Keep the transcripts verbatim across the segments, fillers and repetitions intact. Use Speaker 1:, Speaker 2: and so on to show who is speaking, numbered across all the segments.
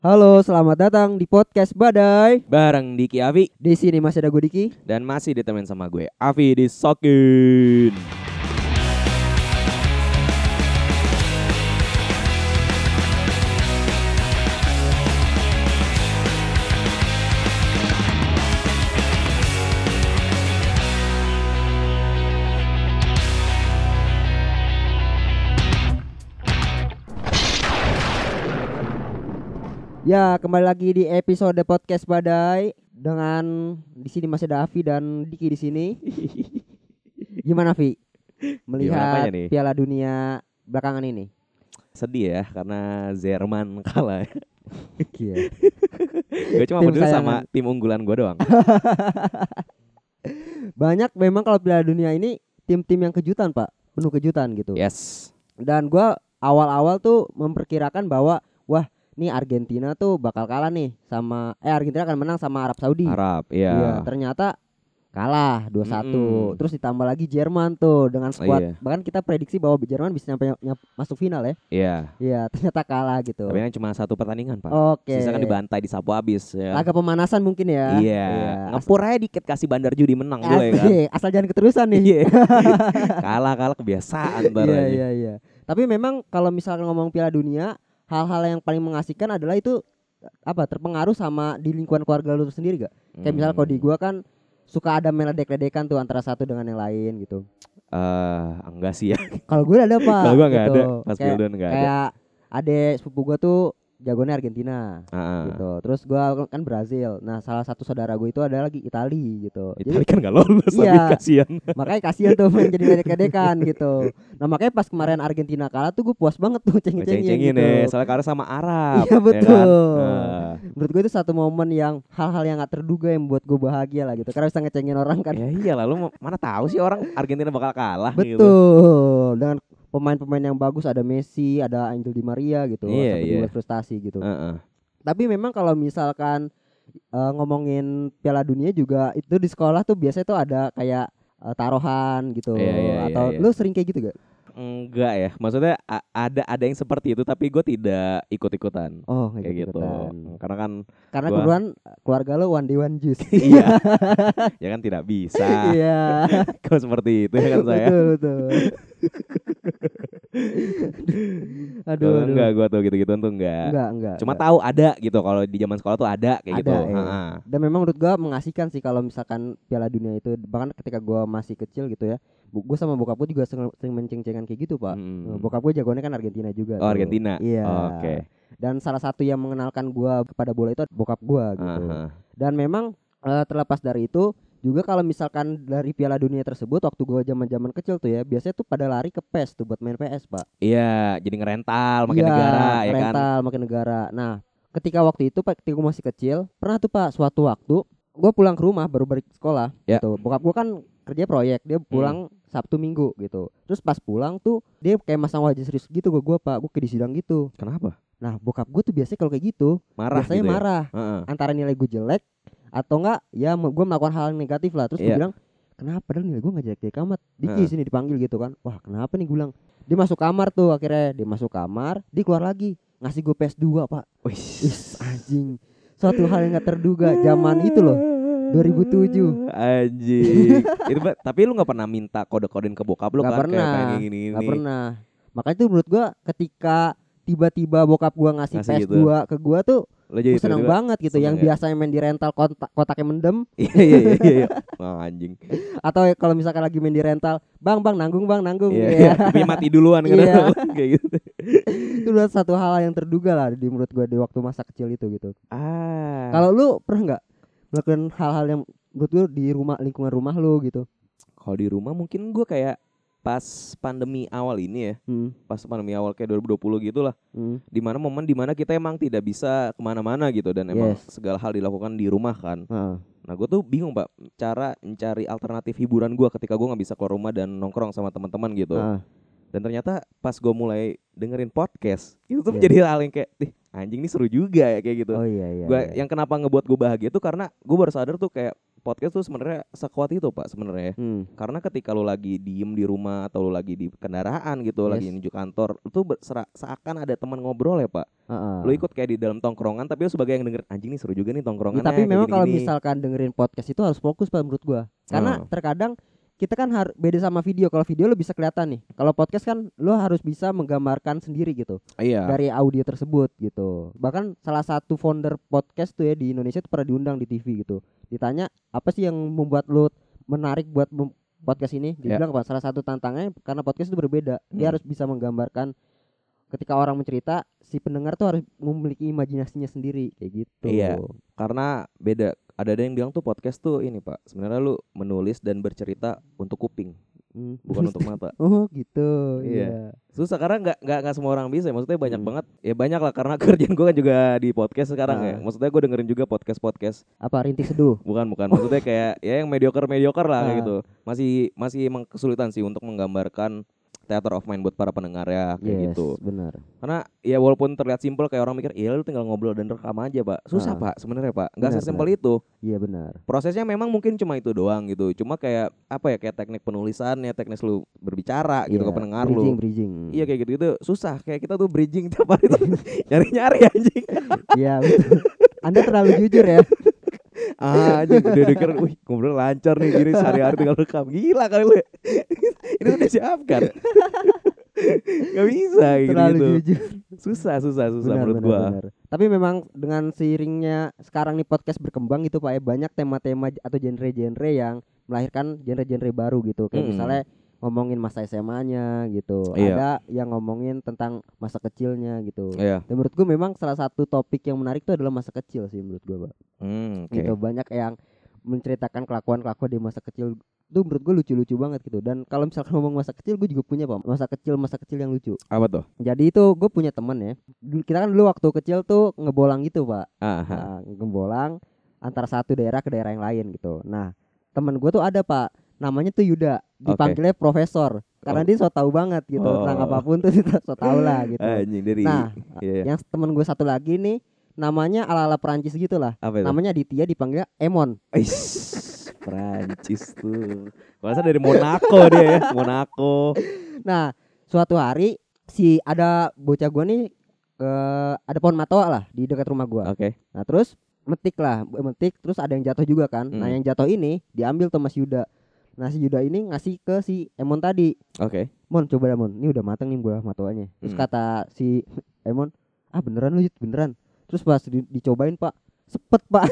Speaker 1: Halo, selamat datang di podcast Badai.
Speaker 2: Bareng Diki Avi.
Speaker 1: Di sini masih ada gue Diki.
Speaker 2: Dan masih ditemenin sama gue Avi di Sokin.
Speaker 1: Ya, kembali lagi di episode podcast Badai dengan di sini masih ada Avi dan Diki di sini. Gimana, Vi? Melihat
Speaker 2: nih?
Speaker 1: Piala Dunia belakangan ini?
Speaker 2: Sedih ya karena Jerman kalah.
Speaker 1: Iya.
Speaker 2: Gue cuma
Speaker 1: Tim
Speaker 2: peduli sama
Speaker 1: sayangan.
Speaker 2: tim unggulan gue doang.
Speaker 1: Banyak memang kalau Piala Dunia ini tim-tim yang kejutan, Pak. Penuh kejutan gitu.
Speaker 2: Yes.
Speaker 1: Dan gue awal-awal tuh memperkirakan bahwa wah, nih Argentina tuh bakal kalah nih sama eh Argentina akan menang sama Arab Saudi.
Speaker 2: Arab, iya.
Speaker 1: Iya, ternyata kalah dua satu.
Speaker 2: Mm-mm.
Speaker 1: Terus ditambah lagi Jerman tuh dengan skuad.
Speaker 2: Iya.
Speaker 1: Bahkan kita prediksi bahwa Jerman bisa nyampe nyam- masuk final ya.
Speaker 2: Iya.
Speaker 1: Iya, ternyata kalah gitu.
Speaker 2: Tapi kan cuma satu pertandingan, Pak.
Speaker 1: Oke.
Speaker 2: Sisa kan dibantai, disapu habis ya.
Speaker 1: Agak pemanasan mungkin ya.
Speaker 2: Iya. Ngepur aja dikit kasih bandar judi menang dulu ya kan.
Speaker 1: Asik, asal jangan keterusan nih.
Speaker 2: Iya. Kalah-kalah kebiasaan ntar
Speaker 1: Iya,
Speaker 2: aja.
Speaker 1: iya, iya. Tapi memang kalau misalkan ngomong Piala Dunia, hal-hal yang paling mengasihkan adalah itu apa terpengaruh sama di lingkungan keluarga lu sendiri gak? Kayak misalnya kalau di gua kan suka ada meledek-ledekan tuh antara satu dengan yang lain gitu.
Speaker 2: Eh, uh, enggak sih ya.
Speaker 1: Kalau gue ada Pak.
Speaker 2: Kalau gua enggak
Speaker 1: gitu.
Speaker 2: ada, pas
Speaker 1: Kayak-
Speaker 2: Pildan enggak ada.
Speaker 1: Kayak adek sepupu gue tuh jagonya Argentina
Speaker 2: Heeh.
Speaker 1: gitu. Terus gue kan Brazil. Nah salah satu saudara gue itu ada lagi Itali gitu.
Speaker 2: Itali kan gak lolos,
Speaker 1: Iya.
Speaker 2: tapi kasihan.
Speaker 1: Makanya kasihan tuh main jadi ledek-ledekan gitu. Nah makanya pas kemarin Argentina kalah tuh gue puas banget tuh cengin-cengin
Speaker 2: Ceng-cengin
Speaker 1: gitu.
Speaker 2: nih, soalnya kalah sama Arab.
Speaker 1: Iya,
Speaker 2: ya
Speaker 1: betul.
Speaker 2: kan? Nah,
Speaker 1: Menurut gue itu satu momen yang hal-hal yang gak terduga yang buat gue bahagia lah gitu. Karena bisa ngecengin orang kan.
Speaker 2: ya iya lah, lu mana tahu sih orang Argentina bakal kalah gitu.
Speaker 1: Betul. Dengan pemain-pemain yang bagus, ada Messi, ada Angel Di Maria gitu.
Speaker 2: Iya,
Speaker 1: Sampai
Speaker 2: iya.
Speaker 1: dibuat frustasi gitu.
Speaker 2: Heeh.
Speaker 1: Tapi memang kalau misalkan uh, ngomongin Piala Dunia juga itu di sekolah tuh biasanya tuh ada kayak uh, taruhan gitu.
Speaker 2: Iya, iya,
Speaker 1: Atau
Speaker 2: iya, iya.
Speaker 1: lu sering kayak gitu gak?
Speaker 2: Enggak ya, maksudnya a- ada ada yang seperti itu tapi gue tidak ikut-ikutan.
Speaker 1: Oh
Speaker 2: Kayak gitu.
Speaker 1: ikutan.
Speaker 2: Karena kan
Speaker 1: Karena
Speaker 2: gua-
Speaker 1: kebetulan keluarga lu one day one juice.
Speaker 2: iya. Ya kan tidak bisa.
Speaker 1: Iya.
Speaker 2: Kalau seperti itu ya kan saya.
Speaker 1: Betul betul. aduh,
Speaker 2: Kalau
Speaker 1: aduh.
Speaker 2: enggak gue tuh gitu-gitu tuh enggak.
Speaker 1: Enggak, enggak.
Speaker 2: Cuma
Speaker 1: enggak.
Speaker 2: tahu ada gitu kalau di zaman sekolah tuh ada kayak
Speaker 1: Ada,
Speaker 2: gitu.
Speaker 1: iya.
Speaker 2: Heeh.
Speaker 1: Dan memang menurut gua mengasihkan sih kalau misalkan Piala Dunia itu, bahkan ketika gua masih kecil gitu ya. Bu- Gua sama bokap gua juga sering, sering menceng-cengan kayak gitu, Pak.
Speaker 2: Hmm.
Speaker 1: Nah, bokap gua jagoannya kan Argentina juga.
Speaker 2: Oh,
Speaker 1: tuh.
Speaker 2: Argentina.
Speaker 1: Iya.
Speaker 2: Oke.
Speaker 1: Dan salah satu yang mengenalkan gua kepada bola itu bokap gua gitu.
Speaker 2: Aha.
Speaker 1: Dan memang eh, terlepas dari itu juga kalau misalkan dari Piala Dunia tersebut waktu gua zaman-zaman kecil tuh ya, biasanya tuh pada lari ke P E S tuh buat main P S, Pak.
Speaker 2: Iya, jadi ngerental makin
Speaker 1: Iya,
Speaker 2: negara ya kan.
Speaker 1: rental makin negara. Nah, ketika waktu itu Pak, ketika gua masih kecil, pernah tuh Pak suatu waktu gua pulang ke rumah baru balik sekolah
Speaker 2: Ya.
Speaker 1: gitu. Bokap gua kan kerja proyek, dia pulang Sabtu Minggu gitu. Terus pas pulang tuh dia kayak masang wajah serius gitu gua gua Pak, gua kayak disidang gitu.
Speaker 2: Kenapa?
Speaker 1: Nah, bokap gua tuh biasanya kalau kayak gitu,
Speaker 2: Marah
Speaker 1: biasanya
Speaker 2: gitu ya?
Speaker 1: marah.
Speaker 2: Heeh.
Speaker 1: Antara nilai gue jelek atau enggak ya me- gue melakukan hal yang negatif lah. Terus gue
Speaker 2: Iya.
Speaker 1: bilang kenapa, padahal nilai gue gak jelek-jelek amat. Diki
Speaker 2: Heeh.
Speaker 1: sini dipanggil gitu kan. Wah kenapa nih gue bilang. Dia masuk kamar tuh akhirnya. Dia masuk kamar, dia keluar lagi ngasih gue P S dua Pak.
Speaker 2: Wih.
Speaker 1: Is anjing. Suatu hal yang gak terduga zaman itu loh, dua ribu tujuh.
Speaker 2: Anjing. Itu Pak, tapi lu enggak pernah minta kode-kodein ke bokap lu
Speaker 1: Gak
Speaker 2: kan
Speaker 1: pernah,
Speaker 2: kayak pengen gini
Speaker 1: gak
Speaker 2: ini.
Speaker 1: pernah. Makanya tuh menurut gue ketika tiba-tiba bokap gue ngasih,
Speaker 2: Ngasih
Speaker 1: P S
Speaker 2: gitu.
Speaker 1: dua ke gue tuh
Speaker 2: Lu jadi
Speaker 1: gue seneng
Speaker 2: tiba-tiba-
Speaker 1: banget gitu.
Speaker 2: seneng
Speaker 1: Yang
Speaker 2: ya?
Speaker 1: biasanya main di rental kontak, kotaknya mendem.
Speaker 2: Iya iya iya iya, iya. Wah, anjing.
Speaker 1: Atau kalau misalkan lagi main di rental, bang bang nanggung bang nanggung.
Speaker 2: Iya,
Speaker 1: Iya.
Speaker 2: iya. Tapi mati duluan kan
Speaker 1: Iya.
Speaker 2: kayak gitu.
Speaker 1: Itu udah satu hal yang terduga lah di menurut gue di waktu masa kecil itu gitu.
Speaker 2: Ah.
Speaker 1: Kalau lu pernah nggak melakukan hal-hal yang menurut lu di rumah, lingkungan rumah lu gitu?
Speaker 2: Kalau di rumah mungkin gue kayak pas pandemi awal ini ya,
Speaker 1: Hmm.
Speaker 2: pas pandemi awal kayak dua ribu dua puluh gitu lah,
Speaker 1: Hmm.
Speaker 2: dimana momen dimana kita emang tidak bisa kemana-mana gitu dan emang
Speaker 1: Yes.
Speaker 2: segala hal dilakukan di rumah kan.
Speaker 1: Heeh.
Speaker 2: Nah gue tuh bingung Pak cara mencari alternatif hiburan gue ketika gue nggak bisa keluar rumah dan nongkrong sama teman-teman gitu.
Speaker 1: Heeh.
Speaker 2: Dan ternyata pas gue mulai dengerin podcast itu tuh
Speaker 1: Iya.
Speaker 2: menjadi hal yang kayak, "Ih, anjing ini seru juga ya kayak gitu."
Speaker 1: Oh iya iya.
Speaker 2: Gua
Speaker 1: iya.
Speaker 2: yang kenapa ngebuat gue bahagia tuh karena gue baru sadar tuh kayak podcast tuh sebenarnya sekuat itu Pak sebenarnya.
Speaker 1: Hmm.
Speaker 2: Karena ketika lu lagi diem di rumah atau lu lagi di kendaraan gitu,
Speaker 1: Yes.
Speaker 2: lagi menuju kantor, itu seakan ada teman ngobrol ya Pak.
Speaker 1: Uh-uh.
Speaker 2: Lu ikut kayak di dalam tongkrongan, tapi lu sebagai yang denger, anjing nih seru juga nih
Speaker 1: Ya,
Speaker 2: tongkrongannya.
Speaker 1: tapi memang kalau
Speaker 2: gini-gini.
Speaker 1: misalkan dengerin podcast itu harus fokus Pak menurut gua. Karena
Speaker 2: Oh.
Speaker 1: terkadang kita kan harus beda sama video. Kalau video lo bisa kelihatan nih. Kalau podcast kan lo harus bisa menggambarkan sendiri gitu
Speaker 2: Iya.
Speaker 1: dari audio tersebut gitu. Bahkan salah satu founder podcast tuh ya di Indonesia tuh pernah diundang di T V gitu. Ditanya apa sih yang membuat lo menarik buat mem- podcast ini? Dia
Speaker 2: Ya.
Speaker 1: bilang apa? Salah satu tantangannya karena podcast itu berbeda. Dia
Speaker 2: Hmm.
Speaker 1: harus bisa menggambarkan. Ketika orang mencerita, si pendengar tuh harus memiliki imajinasinya sendiri kayak gitu.
Speaker 2: Iya. Karena beda. Ada ada yang bilang tuh podcast tuh ini Pak, sebenarnya lu menulis dan bercerita untuk kuping,
Speaker 1: Hmm.
Speaker 2: bukan untuk mata.
Speaker 1: Oh gitu.
Speaker 2: Iya.
Speaker 1: Iya.
Speaker 2: Susah karena nggak nggak nggak semua orang bisa. Maksudnya banyak
Speaker 1: Hmm.
Speaker 2: banget. Ya banyak lah karena kerjaan gue kan juga di podcast sekarang ya.
Speaker 1: Ah.
Speaker 2: Maksudnya gue dengerin juga podcast podcast.
Speaker 1: Apa rintik seduh?
Speaker 2: Bukan bukan. Maksudnya kayak ya yang mediocre mediocre lah kayak
Speaker 1: Ah.
Speaker 2: gitu. Masih masih emang kesulitan sih untuk menggambarkan theater of mind buat para pendengar ya kayak
Speaker 1: Yes,
Speaker 2: gitu.
Speaker 1: benar.
Speaker 2: Karena ya walaupun terlihat simpel kayak orang mikir, iya lu tinggal ngobrol dan rekam aja Pak. Susah
Speaker 1: Ah.
Speaker 2: Pak sebenarnya Pak. Nggak
Speaker 1: Benar,
Speaker 2: sesimpel
Speaker 1: benar.
Speaker 2: itu.
Speaker 1: Iya benar.
Speaker 2: Prosesnya memang mungkin cuma itu doang gitu. Cuma kayak apa ya kayak teknik penulisannya, teknik lu berbicara gitu
Speaker 1: Iya,
Speaker 2: ke pendengar
Speaker 1: bridging,
Speaker 2: lu.
Speaker 1: bridging.
Speaker 2: Iya kayak gitu itu susah. Kayak kita tuh bridging tiap hari tuh nyari-nyari anjing.
Speaker 1: Iya betul. Anda terlalu jujur ya.
Speaker 2: Ah, anjing udah denger, wih ngobrol lancar nih gini sehari-hari tinggal rekam. Gila kali lu. Ini udah siapkan. Gak bisa kayak
Speaker 1: Terlalu
Speaker 2: gitu.
Speaker 1: jujur.
Speaker 2: Susah, susah, susah
Speaker 1: Benar,
Speaker 2: menurut
Speaker 1: benar,
Speaker 2: gua.
Speaker 1: benar. Tapi memang dengan seiringnya sekarang nih podcast berkembang gitu Pak ya, banyak tema-tema atau genre-genre yang melahirkan genre-genre baru gitu. Kayak
Speaker 2: Mm.
Speaker 1: misalnya ngomongin masa S M A-nya gitu.
Speaker 2: Iya.
Speaker 1: Ada yang ngomongin tentang masa kecilnya gitu.
Speaker 2: Iya.
Speaker 1: Dan menurut gue memang salah satu topik yang menarik itu adalah masa kecil sih menurut gue Pak.
Speaker 2: Hmm, oke.
Speaker 1: Gitu banyak yang menceritakan kelakuan-kelakuan di masa kecil itu menurut gue lucu-lucu banget gitu. Dan kalau misalkan ngomong masa kecil, gue juga punya Pak masa kecil masa kecil yang lucu.
Speaker 2: Apa tuh?
Speaker 1: Jadi itu gue punya temen ya. Dulu- Kita kan dulu waktu kecil tuh ngebolang gitu Pak.
Speaker 2: Ah,
Speaker 1: Nah, ngebolang antara satu daerah ke daerah yang lain gitu. Nah temen gue tuh ada Pak, namanya tuh Yuda, dipanggilnya profesor karena
Speaker 2: Oh.
Speaker 1: dia so tau banget gitu
Speaker 2: Oh.
Speaker 1: tentang apapun tuh dia so tau lah gitu.
Speaker 2: anjing dari
Speaker 1: Nah
Speaker 2: iya, iya.
Speaker 1: yang temen gue satu lagi nih namanya ala-ala Perancis gitu lah.
Speaker 2: Apa itu?
Speaker 1: Namanya Aditya, dipanggilnya Emon.
Speaker 2: Eish, Perancis tuh. Masa dari Monaco dia ya, Monaco.
Speaker 1: Nah suatu hari si ada bocah gue nih eh, ada pohon matoa lah di dekat rumah gue.
Speaker 2: Oke.
Speaker 1: Nah terus metik lah, metik terus ada yang jatuh juga kan. Nah
Speaker 2: Hmm.
Speaker 1: yang jatuh ini diambil tuh Mas Yuda. Nah si Yuda ini ngasih ke si Emon tadi.
Speaker 2: Oke.
Speaker 1: Mon coba dah Mon, ini udah mateng nih buah matoanya. Terus
Speaker 2: Hmm.
Speaker 1: kata si Emon, ah beneran lu Yud, beneran. Terus pas di- dicobain Pak, sepet Pak.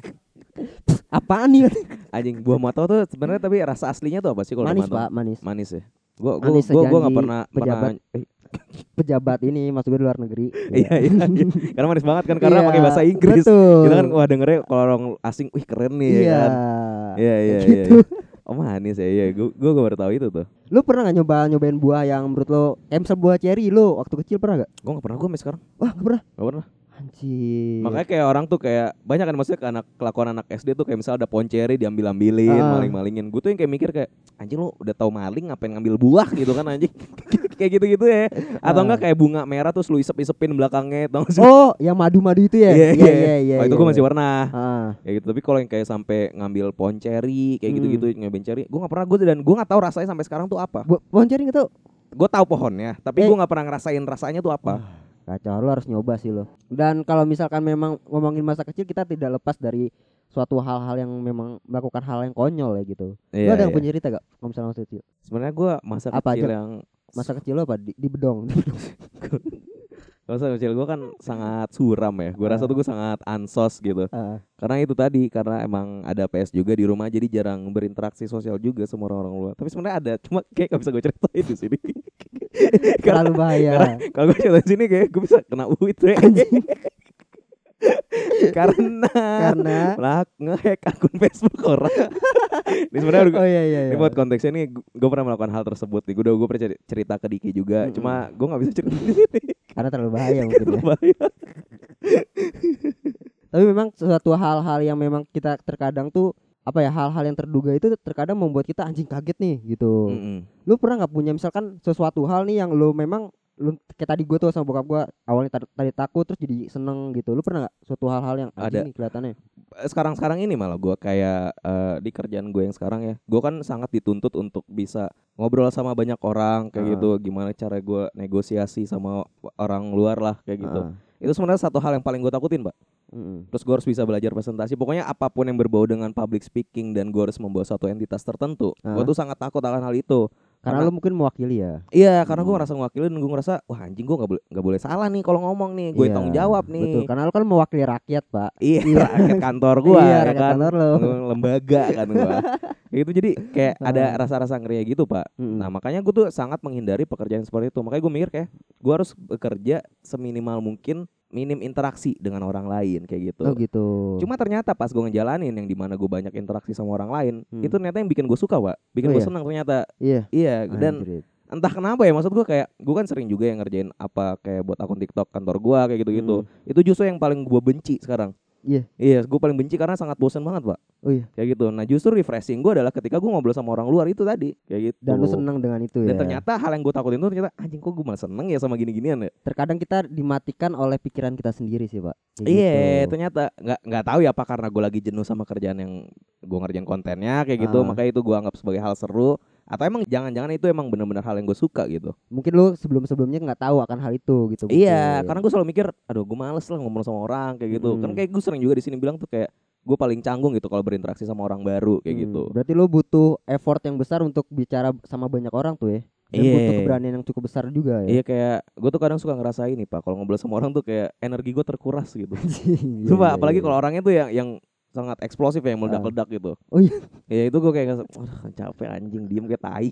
Speaker 1: Apaan nih?
Speaker 2: Anjing buah matoa tuh sebenarnya tapi rasa aslinya tuh apa sih kalau
Speaker 1: Manis
Speaker 2: matoa?
Speaker 1: Pak, manis.
Speaker 2: Manis ya. Gua gua
Speaker 1: Manis
Speaker 2: gua gua
Speaker 1: sejanji
Speaker 2: enggak pernah
Speaker 1: pejabat.
Speaker 2: pernah eh,
Speaker 1: Pejabat ini masuk gue luar negeri.
Speaker 2: iya iya. iya. Karena manis banget kan karena
Speaker 1: Iya,
Speaker 2: pakai bahasa Inggris.
Speaker 1: betul.
Speaker 2: Kita kan wah dengernya kalau orang asing, wih keren nih ya
Speaker 1: Iya.
Speaker 2: kan. Iya iya
Speaker 1: Kayak
Speaker 2: iya.
Speaker 1: gitu.
Speaker 2: iya. Oh manis ya, iya. Gua gua gak baru tahu itu tuh.
Speaker 1: Lu pernah gak nyoba nyobain buah yang menurut lo kayak misal buah cherry lo waktu kecil pernah gak?
Speaker 2: Gua gak pernah gua sampai sekarang.
Speaker 1: Wah gak pernah.
Speaker 2: Gak pernah.
Speaker 1: Anjir.
Speaker 2: Makanya kayak orang tuh kayak banyak kan maksudnya ke anak kelakuan anak S D tuh kayak misalnya ada pohon ceri diambil-ambilin,
Speaker 1: Ah.
Speaker 2: maling-malingin. Gue tuh yang kayak mikir kayak anjing lu udah tahu maling ngapain ngambil buah gitu kan anjing. Kayak gitu-gitu ya. Atau
Speaker 1: Ah.
Speaker 2: enggak kayak bunga merah terus lu isep-isepin belakangnya tau gak sih?
Speaker 1: Oh, yang madu-madu itu ya?
Speaker 2: Iya
Speaker 1: iya
Speaker 2: iya.
Speaker 1: iya.
Speaker 2: Oh, itu
Speaker 1: iya,
Speaker 2: gue
Speaker 1: iya.
Speaker 2: masih pernah.
Speaker 1: Ah.
Speaker 2: Kayak gitu. Tapi kalau yang kayak sampai ngambil pohon ceri kayak
Speaker 1: Hmm.
Speaker 2: gitu-gitu ngambil ceri, gue nggak pernah. Gue dan gue nggak tahu rasanya sampai sekarang tuh apa.
Speaker 1: Bu- pohon ceri nggak tahu?
Speaker 2: Gue tahu pohonnya, tapi
Speaker 1: Eh.
Speaker 2: gue nggak pernah ngerasain rasanya tuh apa.
Speaker 1: Kacau, lo harus nyoba sih lo. Dan kalau misalkan memang ngomongin masa kecil, kita tidak lepas dari suatu hal-hal yang memang melakukan hal yang konyol ya gitu.
Speaker 2: Iya,
Speaker 1: Lo ada yang
Speaker 2: iya.
Speaker 1: punya cerita gak? Kalau misalnya masa kecil,
Speaker 2: Sebenarnya gue masa
Speaker 1: Apa
Speaker 2: kecil
Speaker 1: aja?
Speaker 2: yang
Speaker 1: masa kecil lo apa di, di bedong?
Speaker 2: masa kecil gue kan sangat suram ya. Gue rasa tuh gue sangat ansos gitu.
Speaker 1: Ah.
Speaker 2: Karena itu tadi karena emang ada P S juga di rumah jadi jarang berinteraksi sosial juga sama orang-orang luar. Tapi sebenarnya ada, cuma kayak gak bisa gue ceritain di sini.
Speaker 1: Terlalu bahaya.
Speaker 2: Karena kalau gue ceritain di sini kayak gue bisa kena U I T E. Karena
Speaker 1: Karena
Speaker 2: lah nge-hack akun Facebook orang. Ini sebenarnya
Speaker 1: oh iya iya.
Speaker 2: ini
Speaker 1: iya.
Speaker 2: buat konteksnya nih gue pernah melakukan hal tersebut nih. Gue udah gue pernah ceri- cerita ke Diki juga.
Speaker 1: Mm-mm.
Speaker 2: Cuma gue nggak bisa cerita di sini.
Speaker 1: Karena terlalu bahaya mungkin ya.
Speaker 2: Bahaya.
Speaker 1: Tapi memang suatu hal-hal yang memang kita terkadang tuh apa ya, hal-hal yang terduga itu terkadang membuat kita anjing kaget nih gitu.
Speaker 2: Mm-mm.
Speaker 1: Lu pernah nggak punya misalkan sesuatu hal nih yang lu memang lu kayak tadi gue tuh sama bokap gue awalnya tadi, tadi takut terus jadi seneng gitu. Lu pernah nggak suatu hal-hal yang
Speaker 2: Ada.
Speaker 1: anjing nih kelihatannya?
Speaker 2: sekarang-sekarang ini malah gue kayak uh, di kerjaan gue yang sekarang ya, gue kan sangat dituntut untuk bisa ngobrol sama banyak orang kayak
Speaker 1: uh.
Speaker 2: gitu, gimana cara gue negosiasi sama orang luar lah kayak gitu.
Speaker 1: uh.
Speaker 2: Itu sebenarnya satu hal yang paling gue takutin, Pak. Mm-hmm. Terus gue harus bisa belajar presentasi. Pokoknya apapun yang berbau dengan public speaking dan gue harus membawa suatu entitas tertentu, uh. gue tuh sangat takut akan hal itu.
Speaker 1: Karena, karena lu mungkin mewakili ya.
Speaker 2: Iya, karena gue ngerasa mewakili dan gue ngerasa wah anjing gue nggak boleh nggak boleh salah nih kalau ngomong nih, gue
Speaker 1: iya,
Speaker 2: tanggung jawab nih.
Speaker 1: Betul, karena lu kan mewakili rakyat, Pak.
Speaker 2: Iya, rakyat kantor gue,
Speaker 1: iya,
Speaker 2: ya
Speaker 1: rakyat
Speaker 2: kan,
Speaker 1: kantor lo.
Speaker 2: lembaga kan gue. Itu jadi kayak ada rasa-rasa ngeri gitu, Pak.
Speaker 1: Mm-hmm.
Speaker 2: Nah makanya gue tuh sangat menghindari pekerjaan seperti itu. Makanya gue mikir kayak gue harus bekerja seminimal mungkin, minim interaksi dengan orang lain kayak gitu.
Speaker 1: Oh gitu.
Speaker 2: Cuma ternyata pas gue ngejalanin yang dimana gue banyak interaksi sama orang lain, hmm. itu ternyata yang bikin gue suka, Pak. Bikin
Speaker 1: oh,
Speaker 2: gue
Speaker 1: iya?
Speaker 2: senang ternyata.
Speaker 1: Iya.
Speaker 2: Iya. Dan
Speaker 1: Anjrit.
Speaker 2: entah kenapa ya, maksud gue kayak gue kan sering juga yang ngerjain apa kayak buat akun TikTok kantor gue kayak gitu-gitu. Hmm. Itu justru yang paling gue benci sekarang.
Speaker 1: Iya.
Speaker 2: Iya, gue paling benci karena sangat bosan banget, Pak.
Speaker 1: Oh iya.
Speaker 2: Kayak gitu. Nah, justru refreshing gue adalah ketika gue ngobrol sama orang luar itu tadi, kayak gitu.
Speaker 1: Dan lu seneng dengan itu ya.
Speaker 2: Dan ternyata hal yang gue takutin itu ternyata anjing kok gue malah seneng ya sama gini-ginian ya.
Speaker 1: Terkadang kita dimatikan oleh pikiran kita sendiri sih, Pak.
Speaker 2: Iya, gitu. Ternyata nggak nggak tahu ya apa karena gue lagi jenuh sama kerjaan yang gue ngerjain kontennya kayak gitu, ah. makanya itu gue anggap sebagai hal seru. Atau emang jangan-jangan itu emang benar-benar hal yang gue suka gitu.
Speaker 1: Mungkin lu sebelum-sebelumnya nggak tahu akan hal itu gitu.
Speaker 2: Iya, mungkin. Karena gue selalu mikir, aduh gue males lah ngomong sama orang kayak gitu. Hmm. Kan kayak gue sering juga di sini bilang tuh kayak gue paling canggung gitu kalau berinteraksi sama orang baru kayak hmm. gitu.
Speaker 1: Berarti lu butuh effort yang besar untuk bicara sama banyak orang tuh ya. Dan yeah. butuh keberanian yang cukup besar juga ya.
Speaker 2: Iya, kayak gue tuh kadang suka ngerasa ini, Pak, kalau ngobrol sama orang tuh kayak energi gue terkuras gitu. Coba yeah, apalagi yeah. kalau orangnya tuh yang yang sangat eksplosif ya, meledak-ledak gitu.
Speaker 1: Oh iya.
Speaker 2: Ya itu gue kayak ngerasa, oh, capek anjing, diem kayak tai.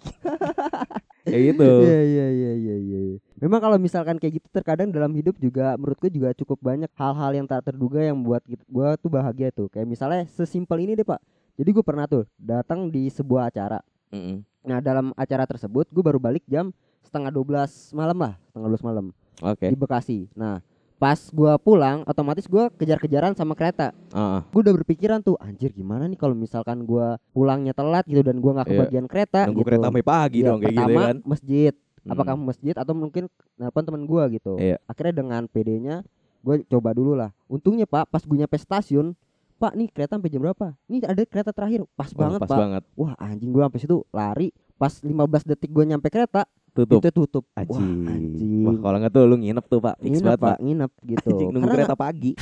Speaker 2: Kayak gitu.
Speaker 1: Iya iya iya iya iya. Memang kalau misalkan kayak gitu terkadang dalam hidup juga menurut gue juga cukup banyak hal-hal yang tak terduga yang buat gue tuh bahagia tuh. Kayak misalnya sesimpel ini deh, Pak. Jadi gue pernah tuh datang di sebuah acara. Mm-hmm. Nah dalam acara tersebut gue baru balik jam setengah dua belas malam lah, setengah dua belas malam. Oke. Okay. Di Bekasi. Nah pas gue pulang, otomatis gue kejar-kejaran sama kereta. Uh. Gue udah berpikiran tuh, anjir gimana nih kalau misalkan gue pulangnya telat gitu dan gue nggak kebagian yeah. kereta.
Speaker 2: Nunggu
Speaker 1: gitu.
Speaker 2: Kereta sampai pagi ya, dong kayak gitu kan.
Speaker 1: Masjid, hmm. apakah masjid atau mungkin nelpon teman gue gitu. Yeah. Akhirnya dengan pedenya gue coba dulu lah. Untungnya, Pak, pas gue nyampe stasiun, Pak nih kereta sampai jam berapa? Nih ada kereta terakhir, pas oh, banget pas Pak. Banget. Wah anjing, gue sampai situ lari. Pas lima belas detik gue nyampe kereta, tutup. Itu tutup.
Speaker 2: Anjing. Wah, anjing. Wah, kalau enggak tuh lu nginep tuh, Pak. Fix
Speaker 1: nginep,
Speaker 2: banget,
Speaker 1: Pak. Nginep gitu.
Speaker 2: Anjing, nunggu karena kereta pagi.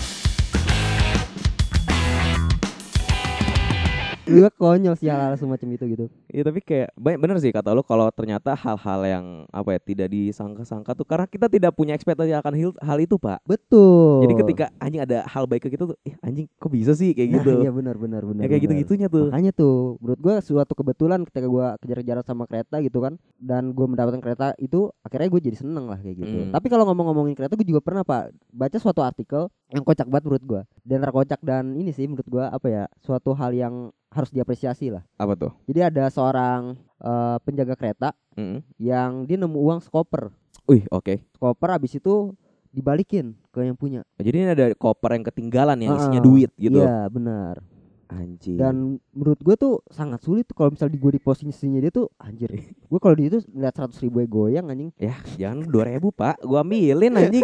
Speaker 1: Lu konyol sih hal-hal semacam itu gitu.
Speaker 2: Iya, tapi kayak bener sih kata lu kalau ternyata hal-hal yang apa ya tidak disangka-sangka tuh karena kita tidak punya ekspektasi akan hal, hal itu, Pak.
Speaker 1: Betul.
Speaker 2: Jadi ketika anjing ada hal baik ke kita tuh, ih anjing kok bisa sih kayak gitu.
Speaker 1: Nah, iya benar benar benar.
Speaker 2: Ya kayak gitu-gitunya tuh.
Speaker 1: Makanya tuh menurut gua suatu kebetulan ketika gua kejar-kejaran sama kereta gitu kan dan gua mendapatkan kereta itu akhirnya gue jadi seneng lah kayak gitu. Hmm. Tapi kalau ngomong-ngomongin kereta gue juga pernah, Pak, baca suatu artikel yang kocak banget menurut gua. Dan terkocak dan ini sih menurut gua apa ya? Suatu hal yang harus diapresiasi lah.
Speaker 2: Apa tuh?
Speaker 1: Jadi ada seorang uh, penjaga kereta mm-hmm. yang dia nemu uang sekoper.
Speaker 2: Wih, oke. Okay.
Speaker 1: Sekoper habis itu dibalikin ke yang punya.
Speaker 2: Jadi ini ada koper yang ketinggalan yang uh, isinya duit gitu.
Speaker 1: Iya, benar.
Speaker 2: Anjir.
Speaker 1: Dan menurut gue tuh sangat sulit tuh kalau misalnya di gue di posisinya dia tuh anjir. Gue kalau di itu lihat seratus ribu goyang anjing.
Speaker 2: Ya, jangan dua ribu, Pak. Gua ambilin anjing.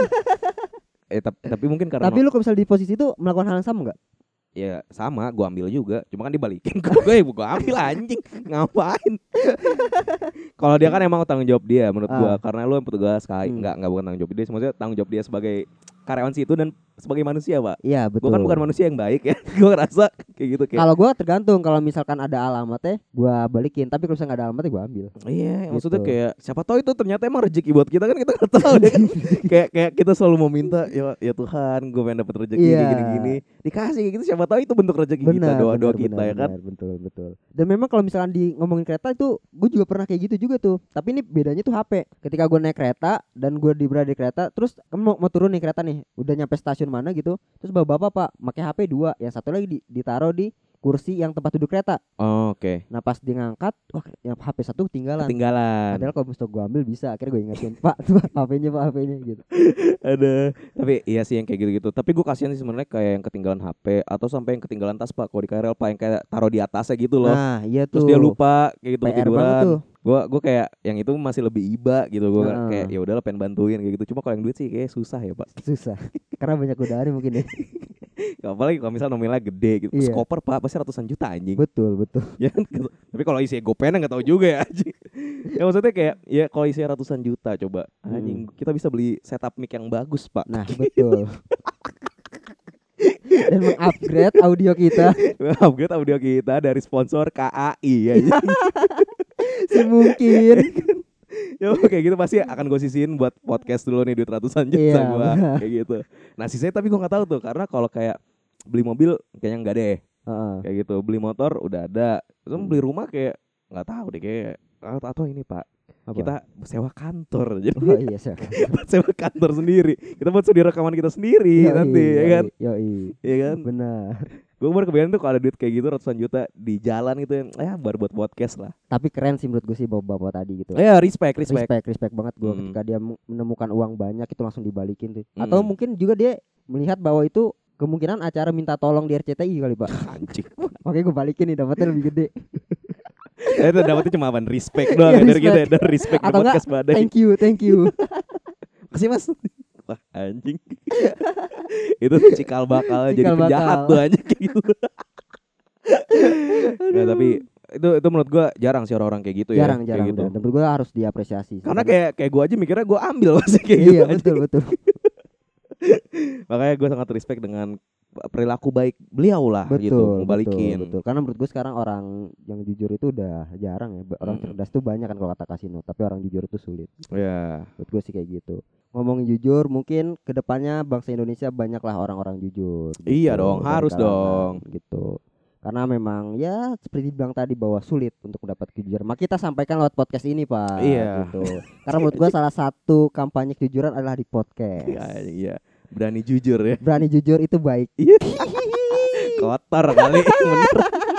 Speaker 2: eh tapi, tapi mungkin karena
Speaker 1: Tapi lu kalau misalnya di posisi itu melakukan hal yang sama enggak?
Speaker 2: Ya sama, gue ambil juga. Cuma kan dibalikin ke gue, gue ambil anjing. Ngapain? Kalau dia kan emang tanggung jawab dia menurut ah. gue. Karena lu yang petugas kayak hmm. Enggak, enggak bukan tanggung jawab dia. Maksudnya tanggung jawab dia sebagai karyawan situ dan sebagai manusia, Pak.
Speaker 1: Iya betul.
Speaker 2: Gue kan bukan manusia yang baik ya. Gue ngerasa kayak gitu kayak.
Speaker 1: Kalau gue tergantung. Kalau misalkan ada alamatnya gue balikin. Tapi kalau misalkan nggak ada alamatnya gue ambil.
Speaker 2: Iya gitu. Maksudnya kayak siapa tahu itu ternyata emang rezeki buat kita kan kita nggak tahu deh kan. kayak kayak kita selalu mau minta ya ya Tuhan gue pengen dapat rezeki yeah. gini-gini. Dikasih gitu siapa tahu itu bentuk rezeki kita, doa-doa kita benar, ya kan.
Speaker 1: Benar, betul betul. Dan memang kalau misalkan di ngomongin kereta itu gue juga pernah kayak gitu juga tuh. Tapi ini bedanya tuh H P. Ketika gue naik kereta dan gue di berada di kereta, terus kamu mau, mau turun nih kereta nih, udah nyampe stasiun mana gitu. Terus bapak-bapak Pak pakai H P dua, yang satu lagi di, ditaruh di kursi yang tempat duduk kereta.
Speaker 2: Oh, oke. Okay.
Speaker 1: Nah pas dia ngangkat, wah yang H P satu ketinggalan.
Speaker 2: Ketinggalan.
Speaker 1: Padahal kalau mesti gue ambil bisa. Akhirnya gue ingetin, Pak, tuh H P-nya Pak, H P-nya gitu.
Speaker 2: Ada. Tapi iya sih yang kayak gitu-gitu. Tapi gue kasihan sih sebenarnya kayak yang ketinggalan H P atau sampai yang ketinggalan tas, Pak. Kalau di K R L Pak yang kayak taruh di atasnya gitu loh.
Speaker 1: Nah, iya tuh.
Speaker 2: Terus dia lupa kayak gitu ketiduran. Gua gua kayak yang itu masih lebih iba gitu. Gua
Speaker 1: Heeh.
Speaker 2: kayak ya udahlah pengen bantuin kayak gitu. Cuma kalau yang duit sih kayak susah ya, Pak.
Speaker 1: Susah. Karena banyak godaan mungkin ya.
Speaker 2: Apalagi kalau misal nominalnya gede gitu.
Speaker 1: Iya.
Speaker 2: Skoper Pak pasti ratusan juta anjing.
Speaker 1: Betul, betul.
Speaker 2: Ya kan? Tapi kalau isinya gopen enggak tahu juga ya anjing. Ya maksudnya kayak ya kalau isinya ratusan juta coba anjing kita bisa beli setup mic yang bagus, Pak.
Speaker 1: Nah, betul. Dan mengupgrade audio kita
Speaker 2: Upgrade audio kita dari sponsor K A I ya.
Speaker 1: semungkin.
Speaker 2: Ya kayak gitu pasti akan gue sisihin buat podcast dulu nih duit ratusan juta
Speaker 1: Iya,
Speaker 2: gue
Speaker 1: benar.
Speaker 2: kayak gitu. Nah sisanya tapi gue nggak tahu tuh karena kalau kayak beli mobil kayaknya nggak deh
Speaker 1: Heeh.
Speaker 2: kayak gitu. Beli motor udah ada. Terus
Speaker 1: Hmm.
Speaker 2: beli rumah kayak nggak tahu deh kayak atau, atau ini Pak
Speaker 1: Apa?
Speaker 2: kita sewa kantor jadi
Speaker 1: Oh iya, siap.
Speaker 2: buat sewa kantor sendiri kita buat studio rekaman kita sendiri
Speaker 1: Yoi,
Speaker 2: nanti ya
Speaker 1: yoi,
Speaker 2: kan
Speaker 1: Yoi.
Speaker 2: ya kan
Speaker 1: Benar.
Speaker 2: gue baru kebayang tuh kalau ada duit kayak gitu ratusan juta di jalan gitu ya baru buat podcast lah.
Speaker 1: Tapi keren sih menurut gue sih bapak-bapak tadi gitu.
Speaker 2: Ya respect respect.
Speaker 1: Respect, respect banget gue
Speaker 2: Hmm.
Speaker 1: ketika dia mu- menemukan uang banyak itu langsung dibalikin tuh. Atau
Speaker 2: Hmm.
Speaker 1: mungkin juga dia melihat bahwa itu kemungkinan acara minta tolong di R C T I kali Pak.
Speaker 2: Anjing.
Speaker 1: Makanya gue balikin nih dapatnya lebih gede.
Speaker 2: Eh, itu dapetnya cuma apaan? Respect doang
Speaker 1: Iya,
Speaker 2: ya dari kita ya.
Speaker 1: respect.
Speaker 2: Dari respect di
Speaker 1: Atau enggak
Speaker 2: podcast badai.
Speaker 1: thank you, thank you.
Speaker 2: Kasih mas. Wah anjing. Itu cikal bakal jadi
Speaker 1: Cikal
Speaker 2: penjahat
Speaker 1: bakal.
Speaker 2: tuh anjing kayak gitu. Nah, tapi itu itu menurut gua jarang sih orang-orang kayak gitu ya.
Speaker 1: Jarang,
Speaker 2: kayak
Speaker 1: jarang.
Speaker 2: gitu.
Speaker 1: Dan menurut gue harus diapresiasi.
Speaker 2: Karena kayak kayak gua aja mikirnya gua ambil masih kayak gitu.
Speaker 1: iya
Speaker 2: anjing.
Speaker 1: betul betul.
Speaker 2: Makanya gua sangat respect dengan perilaku baik beliau lah
Speaker 1: Betul,
Speaker 2: gitu, ngebalikin.
Speaker 1: betul, betul. Karena menurut gue sekarang orang yang jujur itu udah jarang ya. Ba- Orang
Speaker 2: Mm-mm.
Speaker 1: cerdas tuh banyak kan kalau kata kasino, tapi orang jujur itu sulit.
Speaker 2: Ya.
Speaker 1: Menurut gue sih kayak gitu. Ngomongin jujur, mungkin kedepannya bangsa Indonesia banyaklah orang-orang jujur.
Speaker 2: Iya
Speaker 1: gitu,
Speaker 2: dong,
Speaker 1: dari
Speaker 2: harus
Speaker 1: kalangan,
Speaker 2: dong.
Speaker 1: Gitu. Karena memang ya seperti bilang tadi bahwa sulit untuk mendapat kejujuran. Maka kita sampaikan lewat podcast ini Pak.
Speaker 2: Iya.
Speaker 1: Gitu. Karena menurut gue salah satu kampanye kejujuran adalah di podcast.
Speaker 2: Iya, iya. Berani jujur ya.
Speaker 1: Berani jujur itu baik.
Speaker 2: Iya. Kotor kali bener.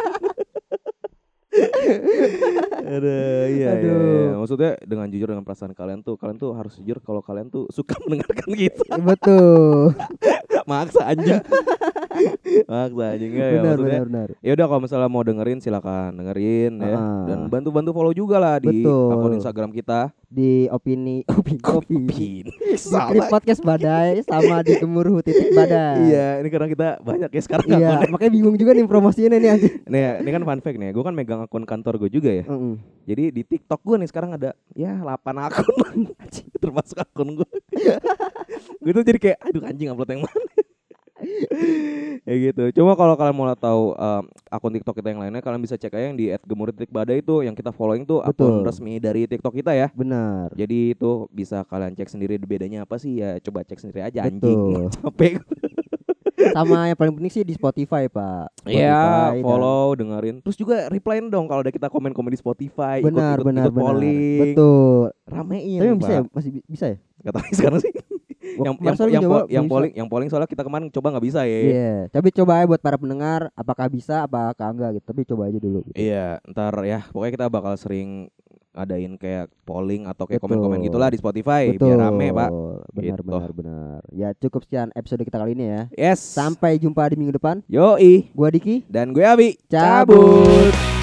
Speaker 2: Aduh, iya, iya,
Speaker 1: Aduh.
Speaker 2: iya. Maksudnya dengan jujur dengan perasaan kalian tuh, kalian tuh harus jujur kalau kalian tuh suka mendengarkan gitu.
Speaker 1: Betul.
Speaker 2: Maksa anjing. Maksa anjing ya, ya
Speaker 1: Benar,
Speaker 2: maksudnya.
Speaker 1: benar, benar.
Speaker 2: Ya udah kalau misalnya mau dengerin silakan dengerin ya.
Speaker 1: Ah.
Speaker 2: Dan bantu-bantu follow juga lah di
Speaker 1: Betul.
Speaker 2: akun Instagram kita.
Speaker 1: Di opini opini opini
Speaker 2: Pin.
Speaker 1: di
Speaker 2: Salah.
Speaker 1: podcast badai sama di gemuruh titik badai.
Speaker 2: Iya, ini karena kita banyak ya sekarang
Speaker 1: Iya,
Speaker 2: akunnya.
Speaker 1: makanya bingung juga nih promosinya nih anjing.
Speaker 2: Nih, ini kan fun fact nih. Gue kan megang akun kantor gue juga ya.
Speaker 1: Heeh.
Speaker 2: Jadi di TikTok gue nih sekarang ada ya delapan akun termasuk akun gue. Gue tuh jadi kayak aduh anjing upload yang mana. Ya gitu. Cuma kalau kalian mau tahu um, akun TikTok kita yang lainnya kalian bisa cek aja yang di et gemuruh titik badai itu yang kita following tuh akun
Speaker 1: Betul.
Speaker 2: resmi dari TikTok kita ya.
Speaker 1: Benar.
Speaker 2: Jadi itu bisa kalian cek sendiri bedanya apa sih ya coba cek sendiri aja anjing.
Speaker 1: Betul.
Speaker 2: Capek.
Speaker 1: Sama yang paling penting sih di Spotify, Pak.
Speaker 2: Iya,
Speaker 1: Spotify dan-
Speaker 2: follow, dengerin. Terus juga replyin dong kalau ada kita komen-komen di Spotify,
Speaker 1: Benar,
Speaker 2: ikut, ikut,
Speaker 1: benar,
Speaker 2: ikut
Speaker 1: benar.
Speaker 2: polling.
Speaker 1: Betul.
Speaker 2: Ramein,
Speaker 1: Tapi yang bisa ya?
Speaker 2: Pak.
Speaker 1: Masih bi- bisa ya?
Speaker 2: Gak tahu sekarang sih. yang yang
Speaker 1: Masa lu
Speaker 2: yang,
Speaker 1: coba
Speaker 2: po- yang
Speaker 1: bisa?
Speaker 2: polling yang polling soalnya kita kemarin coba nggak bisa ya.
Speaker 1: Iya, tapi coba aja buat para pendengar apakah bisa apakah enggak gitu. Tapi coba aja dulu gitu.
Speaker 2: Iya, ntar ya pokoknya kita bakal sering adain kayak polling atau kayak
Speaker 1: Betul.
Speaker 2: komen-komen gitulah di Spotify
Speaker 1: Betul.
Speaker 2: biar rame, Pak.
Speaker 1: Benar,
Speaker 2: Gitu.
Speaker 1: benar, benar. Ya cukup sekian episode kita kali ini ya.
Speaker 2: Yes.
Speaker 1: Sampai jumpa di minggu depan.
Speaker 2: Yoi.
Speaker 1: Gua Diki.
Speaker 2: Dan gue Abi.
Speaker 1: Cabut.